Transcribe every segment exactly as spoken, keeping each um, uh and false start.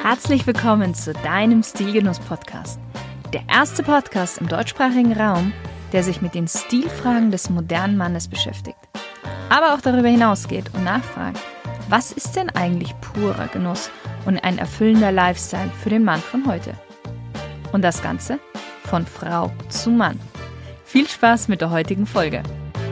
Herzlich willkommen zu deinem Stilgenuss-Podcast. Der erste Podcast im deutschsprachigen Raum, der sich mit den Stilfragen des modernen Mannes beschäftigt. Aber auch darüber hinausgeht und nachfragt, was ist denn eigentlich purer Genuss und ein erfüllender Lifestyle für den Mann von heute? Und das Ganze von Frau zu Mann. Viel Spaß mit der heutigen Folge.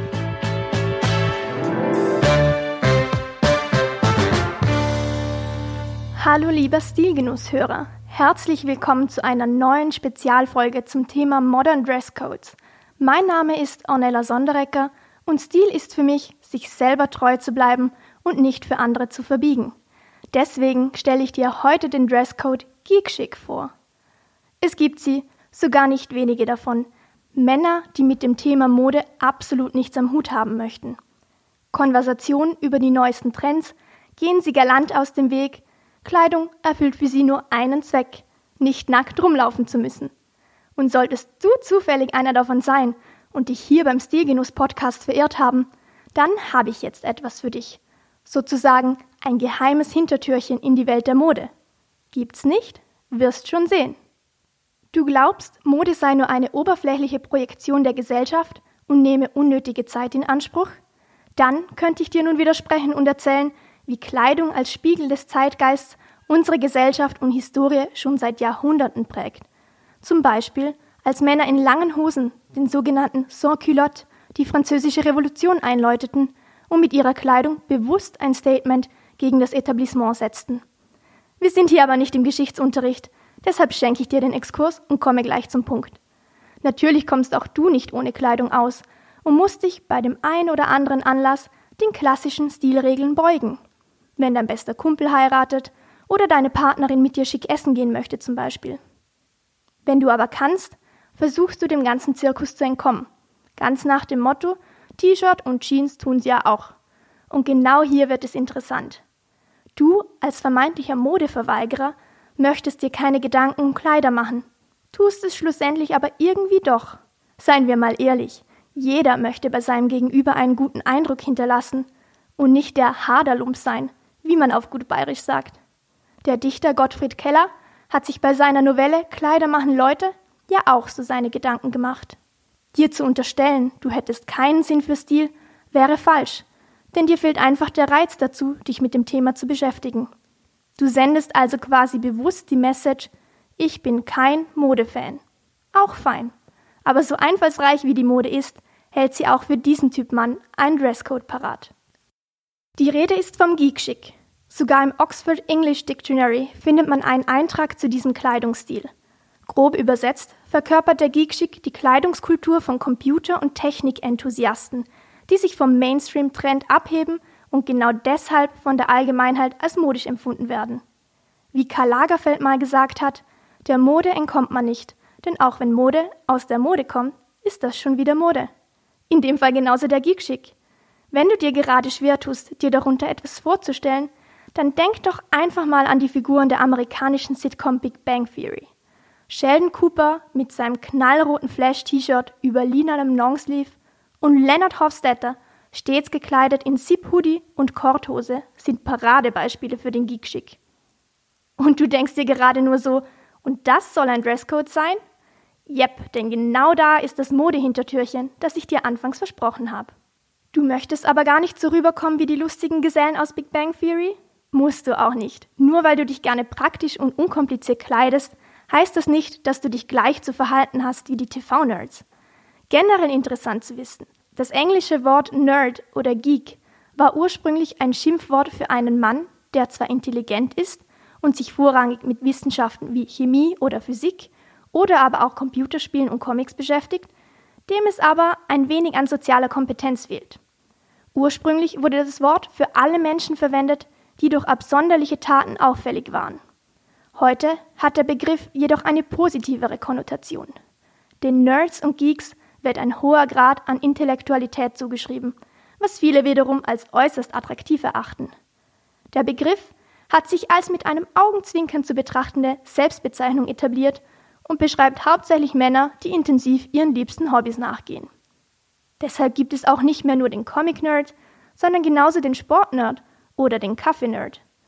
Hallo lieber Stilgenusshörer, herzlich willkommen zu einer neuen Spezialfolge zum Thema Modern Dresscodes. Mein Name ist Ornella Sonderegger und Stil ist für mich, sich selber treu zu bleiben und nicht für andere zu verbiegen. Deswegen stelle ich dir heute den Dresscode Geek Chic vor. Es gibt sie, sogar nicht wenige davon, Männer, die mit dem Thema Mode absolut nichts am Hut haben möchten. Konversationen über die neuesten Trends, gehen sie galant aus dem Weg. Kleidung erfüllt für sie nur einen Zweck, nicht nackt rumlaufen zu müssen. Und solltest du zufällig einer davon sein und dich hier beim Stilgenuss-Podcast verirrt haben, dann habe ich jetzt etwas für dich. Sozusagen ein geheimes Hintertürchen in die Welt der Mode. Gibt's nicht? Wirst schon sehen. Du glaubst, Mode sei nur eine oberflächliche Projektion der Gesellschaft und nehme unnötige Zeit in Anspruch? Dann könnte ich dir nun widersprechen und erzählen, wie Kleidung als Spiegel des Zeitgeists unsere Gesellschaft und Historie schon seit Jahrhunderten prägt. Zum Beispiel, als Männer in langen Hosen, den sogenannten Sans-Culotte, die französische Revolution einläuteten und mit ihrer Kleidung bewusst ein Statement gegen das Etablissement setzten. Wir sind hier aber nicht im Geschichtsunterricht, deshalb schenke ich dir den Exkurs und komme gleich zum Punkt. Natürlich kommst auch du nicht ohne Kleidung aus und musst dich bei dem ein oder anderen Anlass den klassischen Stilregeln beugen. Wenn dein bester Kumpel heiratet oder deine Partnerin mit dir schick essen gehen möchte zum Beispiel. Wenn du aber kannst, versuchst du dem ganzen Zirkus zu entkommen. Ganz nach dem Motto, T-Shirt und Jeans tun sie ja auch. Und genau hier wird es interessant. Du als vermeintlicher Modeverweigerer möchtest dir keine Gedanken um Kleider machen, tust es schlussendlich aber irgendwie doch. Seien wir mal ehrlich, jeder möchte bei seinem Gegenüber einen guten Eindruck hinterlassen und nicht der Haderlump sein, wie man auf gut Bayerisch sagt. Der Dichter Gottfried Keller hat sich bei seiner Novelle Kleider machen Leute ja auch so seine Gedanken gemacht. Dir zu unterstellen, du hättest keinen Sinn für Stil, wäre falsch, denn dir fehlt einfach der Reiz dazu, dich mit dem Thema zu beschäftigen. Du sendest also quasi bewusst die Message, ich bin kein Modefan. Auch fein. Aber so einfallsreich wie die Mode ist, hält sie auch für diesen Typ Mann einen Dresscode parat. Die Rede ist vom Geek Chic. Sogar im Oxford English Dictionary findet man einen Eintrag zu diesem Kleidungsstil. Grob übersetzt verkörpert der Geek Chic die Kleidungskultur von Computer- und Technikenthusiasten, die sich vom Mainstream-Trend abheben und genau deshalb von der Allgemeinheit als modisch empfunden werden. Wie Karl Lagerfeld mal gesagt hat, der Mode entkommt man nicht, denn auch wenn Mode aus der Mode kommt, ist das schon wieder Mode. In dem Fall genauso der Geek Chic. Wenn du dir gerade schwer tust, dir darunter etwas vorzustellen, dann denk doch einfach mal an die Figuren der amerikanischen Sitcom Big Bang Theory. Sheldon Cooper mit seinem knallroten Flash-T-Shirt über lilanem Longsleeve und Leonard Hofstadter, stets gekleidet in Zip-Hoodie und Korthose, sind Paradebeispiele für den Geek Chic. Und du denkst dir gerade nur so, und das soll ein Dresscode sein? Jep, denn genau da ist das Modehintertürchen, das ich dir anfangs versprochen habe. Du möchtest aber gar nicht so rüberkommen wie die lustigen Gesellen aus Big Bang Theory? Musst du auch nicht. Nur weil du dich gerne praktisch und unkompliziert kleidest, heißt das nicht, dass du dich gleich zu verhalten hast wie die T V-Nerds. Generell interessant zu wissen, das englische Wort Nerd oder Geek war ursprünglich ein Schimpfwort für einen Mann, der zwar intelligent ist und sich vorrangig mit Wissenschaften wie Chemie oder Physik oder aber auch Computerspielen und Comics beschäftigt, dem es aber ein wenig an sozialer Kompetenz fehlt. Ursprünglich wurde das Wort für alle Menschen verwendet, die durch absonderliche Taten auffällig waren. Heute hat der Begriff jedoch eine positivere Konnotation. Den Nerds und Geeks wird ein hoher Grad an Intellektualität zugeschrieben, was viele wiederum als äußerst attraktiv erachten. Der Begriff hat sich als mit einem Augenzwinkern zu betrachtende Selbstbezeichnung etabliert und beschreibt hauptsächlich Männer, die intensiv ihren liebsten Hobbys nachgehen. Deshalb gibt es auch nicht mehr nur den Comic-Nerd, sondern genauso den Sport-Nerd oder den Kaffee-Nerd.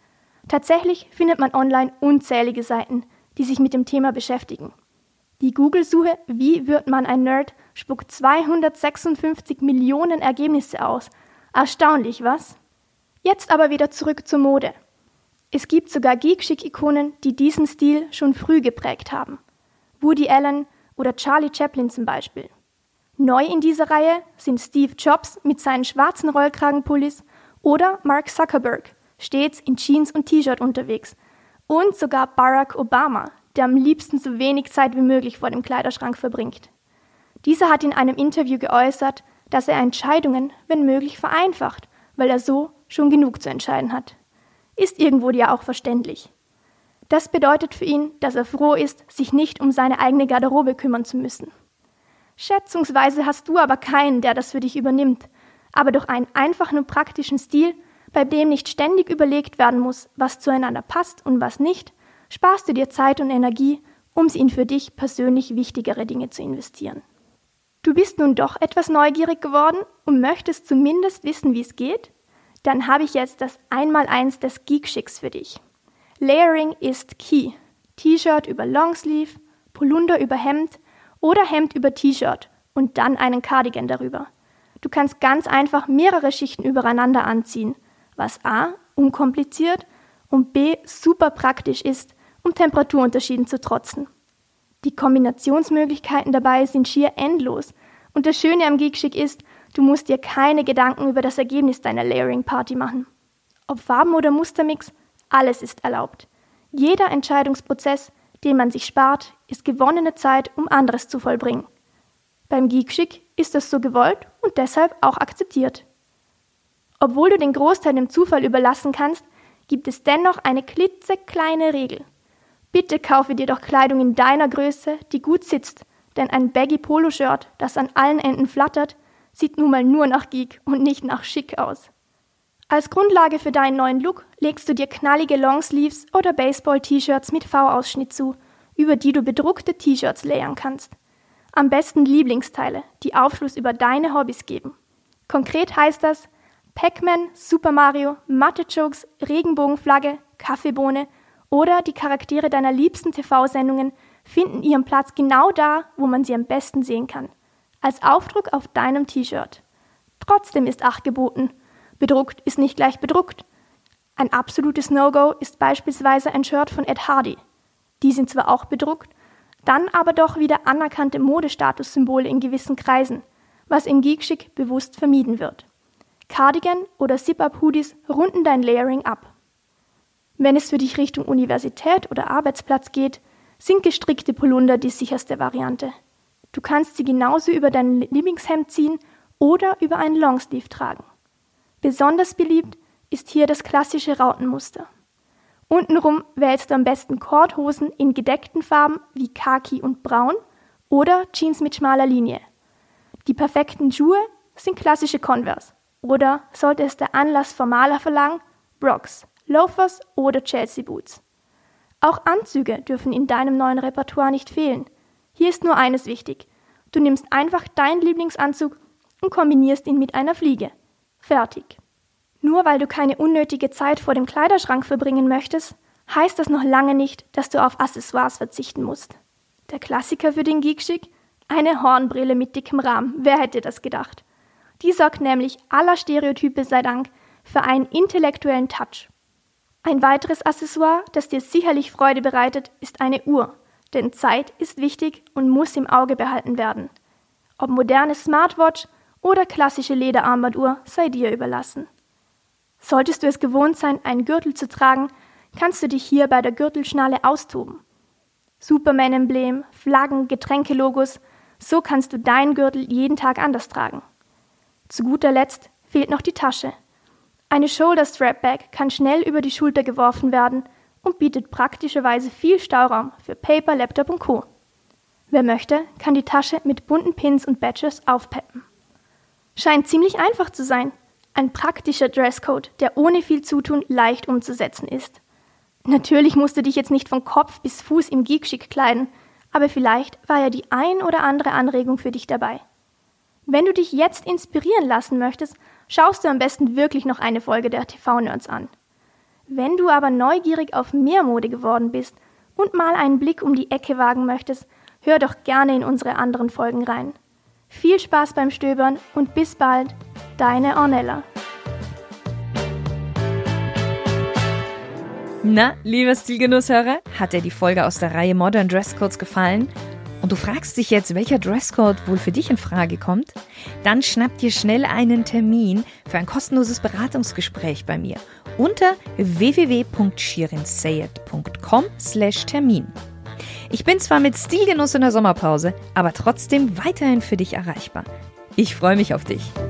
Tatsächlich findet man online unzählige Seiten, die sich mit dem Thema beschäftigen. Die Google-Suche "Wie wird man ein Nerd" spuckt zweihundertsechsundfünfzig Millionen Ergebnisse aus. Erstaunlich, was? Jetzt aber wieder zurück zur Mode. Es gibt sogar Geek-Chic-Ikonen, die diesen Stil schon früh geprägt haben. Woody Allen oder Charlie Chaplin zum Beispiel. Neu in dieser Reihe sind Steve Jobs mit seinen schwarzen Rollkragenpullis oder Mark Zuckerberg, stets in Jeans und T-Shirt unterwegs. Und sogar Barack Obama, der am liebsten so wenig Zeit wie möglich vor dem Kleiderschrank verbringt. Dieser hat in einem Interview geäußert, dass er Entscheidungen, wenn möglich, vereinfacht, weil er so schon genug zu entscheiden hat. Ist irgendwo ja auch verständlich. Das bedeutet für ihn, dass er froh ist, sich nicht um seine eigene Garderobe kümmern zu müssen. Schätzungsweise hast du aber keinen, der das für dich übernimmt, aber durch einen einfachen und praktischen Stil, bei dem nicht ständig überlegt werden muss, was zueinander passt und was nicht, sparst du dir Zeit und Energie, um sie in für dich persönlich wichtigere Dinge zu investieren. Du bist nun doch etwas neugierig geworden und möchtest zumindest wissen, wie es geht? Dann habe ich jetzt das Einmaleins des Geek-Chicks für dich. Layering ist key. T-Shirt über Longsleeve, Polunder über Hemd oder Hemd über T-Shirt und dann einen Cardigan darüber. Du kannst ganz einfach mehrere Schichten übereinander anziehen, was a. unkompliziert und b. super praktisch ist, um Temperaturunterschieden zu trotzen. Die Kombinationsmöglichkeiten dabei sind schier endlos und das Schöne am Geek-Chic ist, du musst dir keine Gedanken über das Ergebnis deiner Layering-Party machen. Ob Farben oder Mustermix, alles ist erlaubt. Jeder Entscheidungsprozess, den man sich spart, ist gewonnene Zeit, um anderes zu vollbringen. Beim Geek-Chic ist das so gewollt und deshalb auch akzeptiert. Obwohl du den Großteil dem Zufall überlassen kannst, gibt es dennoch eine klitzekleine Regel. Bitte kaufe dir doch Kleidung in deiner Größe, die gut sitzt, denn ein Baggy-Polo-Shirt, das an allen Enden flattert, sieht nun mal nur nach Geek und nicht nach Schick aus. Als Grundlage für deinen neuen Look legst du dir knallige Longsleeves oder Baseball-T-Shirts mit V-Ausschnitt zu, über die du bedruckte T-Shirts layern kannst. Am besten Lieblingsteile, die Aufschluss über deine Hobbys geben. Konkret heißt das Pac-Man, Super Mario, Mathe-Jokes, Regenbogenflagge, Kaffeebohne oder die Charaktere deiner liebsten T V-Sendungen finden ihren Platz genau da, wo man sie am besten sehen kann. Als Aufdruck auf deinem T-Shirt. Trotzdem ist Acht geboten. Bedruckt ist nicht gleich bedruckt. Ein absolutes No-Go ist beispielsweise ein Shirt von Ed Hardy. Die sind zwar auch bedruckt, dann aber doch wieder anerkannte Modestatussymbole in gewissen Kreisen, was im Geek-Chic bewusst vermieden wird. Cardigan oder Zip-Up-Hoodies runden dein Layering ab. Wenn es für dich Richtung Universität oder Arbeitsplatz geht, sind gestrickte Polunder die sicherste Variante. Du kannst sie genauso über dein Lieblingshemd ziehen oder über einen Longsleeve tragen. Besonders beliebt ist hier das klassische Rautenmuster. Untenrum wählst du am besten Cordhosen in gedeckten Farben wie Khaki und Braun oder Jeans mit schmaler Linie. Die perfekten Schuhe sind klassische Converse oder, sollte es der Anlass formaler verlangen, Brocs, Loafers oder Chelsea Boots. Auch Anzüge dürfen in deinem neuen Repertoire nicht fehlen. Hier ist nur eines wichtig. Du nimmst einfach deinen Lieblingsanzug und kombinierst ihn mit einer Fliege. Fertig. Nur weil du keine unnötige Zeit vor dem Kleiderschrank verbringen möchtest, heißt das noch lange nicht, dass du auf Accessoires verzichten musst. Der Klassiker für den Geek-Chic? Eine Hornbrille mit dickem Rahmen. Wer hätte das gedacht? Die sorgt nämlich aller Stereotype sei Dank für einen intellektuellen Touch. Ein weiteres Accessoire, das dir sicherlich Freude bereitet, ist eine Uhr. Denn Zeit ist wichtig und muss im Auge behalten werden. Ob moderne Smartwatch oder klassische Lederarmbanduhr sei dir überlassen. Solltest du es gewohnt sein, einen Gürtel zu tragen, kannst du dich hier bei der Gürtelschnalle austoben. Superman-Emblem, Flaggen, Getränkelogos, so kannst du deinen Gürtel jeden Tag anders tragen. Zu guter Letzt fehlt noch die Tasche. Eine Shoulder-Strap-Bag kann schnell über die Schulter geworfen werden und bietet praktischerweise viel Stauraum für Paper, Laptop und Co. Wer möchte, kann die Tasche mit bunten Pins und Badges aufpeppen. Scheint ziemlich einfach zu sein. Ein praktischer Dresscode, der ohne viel Zutun leicht umzusetzen ist. Natürlich musst du dich jetzt nicht von Kopf bis Fuß im Geek-Chic kleiden, aber vielleicht war ja die ein oder andere Anregung für dich dabei. Wenn du dich jetzt inspirieren lassen möchtest, schaust du am besten wirklich noch eine Folge der T V-Nerds an. Wenn du aber neugierig auf mehr Mode geworden bist und mal einen Blick um die Ecke wagen möchtest, hör doch gerne in unsere anderen Folgen rein. Viel Spaß beim Stöbern und bis bald, deine Ornella. Na, lieber Stilgenusshörer, hat dir die Folge aus der Reihe Modern Dresscodes gefallen? Und du fragst dich jetzt, welcher Dresscode wohl für dich in Frage kommt? Dann schnapp dir schnell einen Termin für ein kostenloses Beratungsgespräch bei mir unter w w w punkt shirin sayed punkt com slash Termin. Ich bin zwar mit Stilgenuss in der Sommerpause, aber trotzdem weiterhin für dich erreichbar. Ich freue mich auf dich.